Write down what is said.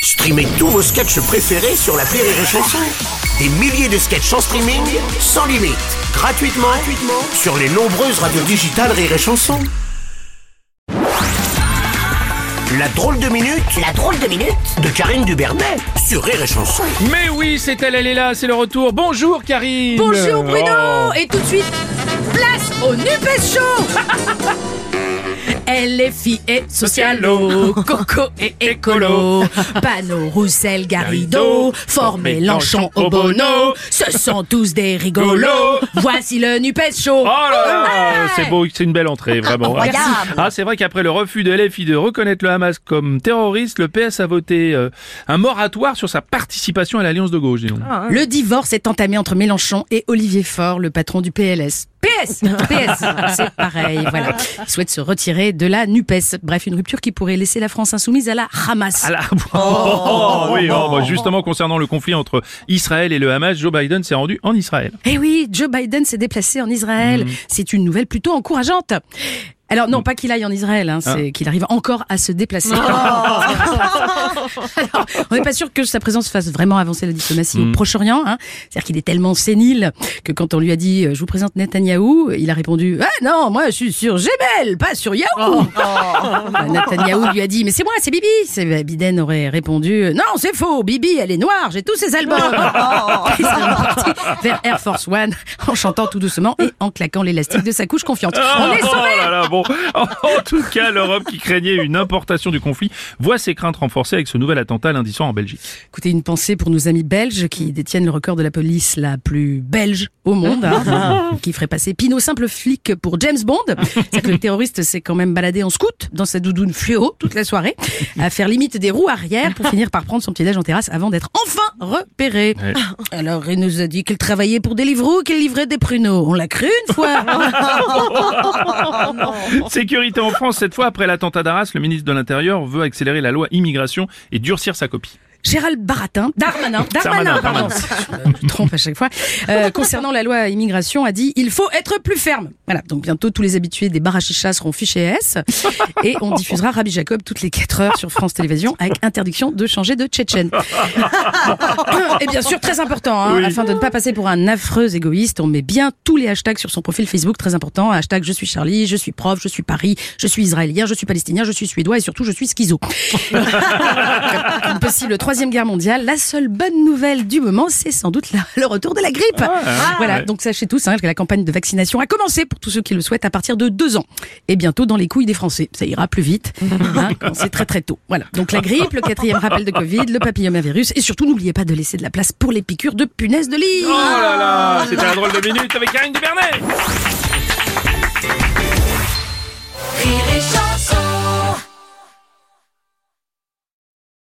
Streamez tous vos sketchs préférés sur l'appli Rire et Chanson. Des milliers de sketchs en streaming, sans limite, gratuitement sur les nombreuses radios digitales Rire et Chanson. La drôle de minute de Karine Dubernet sur Rire et Chanson. Mais oui, c'est elle est là, c'est le retour. Bonjour Karine. Bonjour Bruno. Et tout de suite, place au NUPES Show. LFI et Socialo, Coco et Écolo, Panot, Roussel, Garrido, Fort Mélenchon, Obono, ce sont tous des rigolos. Voici le NUPES Show. Oh là là, c'est beau, c'est une belle entrée, vraiment. Ah, c'est vrai qu'après le refus de LFI de reconnaître le Hamas comme terroriste, le PS a voté un moratoire sur sa participation à l'Alliance de gauche. Le divorce est entamé entre Mélenchon et Olivier Faure, le patron du PLS. PS, c'est pareil, voilà. Il souhaite se retirer de la NUPES. Bref, une rupture qui pourrait laisser la France insoumise à la Hamas. Justement, concernant le conflit entre Israël et le Hamas, Joe Biden s'est rendu en Israël. Eh oui, Joe Biden s'est déplacé en Israël. C'est une nouvelle plutôt encourageante. Alors non, pas qu'il aille en Israël, c'est qu'il arrive encore à se déplacer. Alors, on n'est pas sûr que sa présence fasse vraiment avancer la diplomatie au Proche-Orient. C'est-à-dire qu'il est tellement sénile que quand on lui a dit « Je vous présente Netanyahou », il a répondu « Ah non, moi je suis sur Gmail, pas sur Yahoo ». Netanyahou lui a dit « Mais c'est moi, c'est Bibi ». Biden aurait répondu « Non, c'est faux, Bibi, elle est noire, j'ai tous ses albums ». Ils sont partis vers Air Force One en chantant tout doucement et en claquant l'élastique de sa couche confiante. On est sauvés. En tout cas, l'Europe qui craignait une importation du conflit voit ses craintes renforcées avec ce nouvel attentat lundi soir en Belgique. Écoutez, une pensée pour nos amis belges qui détiennent le record de la police la plus belge au monde, qui ferait passer Pinot simple flic pour James Bond. C'est-à-dire que le terroriste s'est quand même baladé en scout dans sa doudoune fluo toute la soirée, à faire limite des roues arrière pour finir par prendre son petit déj en terrasse avant d'être enfin repéré. Ouais. Alors, il nous a dit qu'il travaillait pour Deliveroo, qu'il livrait des pruneaux. On l'a cru une fois. Sécurité en France, cette fois après l'attentat d'Arras, le ministre de l'Intérieur veut accélérer la loi immigration et durcir sa copie. Gérald Darmanin, pardon, je me trompe à chaque fois, concernant la loi immigration, a dit « Il faut être plus ferme ». Voilà, donc bientôt tous les habitués des bars à chicha seront fichés S et on diffusera Rabbi Jacob toutes les 4 heures sur France Télévisions avec interdiction de changer de tchétchène. Et bien sûr, très important, afin de ne pas passer pour un affreux égoïste, on met bien tous les hashtags sur son profil Facebook, très important, hashtag je suis Charlie, je suis prof, je suis Paris, je suis israélien, je suis palestinien, je suis suédois et surtout je suis schizo. Une possible Troisième Guerre mondiale, la seule bonne nouvelle du moment, c'est sans doute le retour de la grippe. Voilà, donc sachez tous que la campagne de vaccination a commencé pour tous ceux qui le souhaitent à partir de 2 ans. Et bientôt dans les couilles des Français. Ça ira plus vite, quand c'est très très tôt. Voilà, donc la grippe, le 4e rappel de Covid, le papillomavirus, et surtout n'oubliez pas de laisser de la place pour les piqûres de punaises de lit. Oh là là, c'était un drôle de minute avec Karine Dubernet.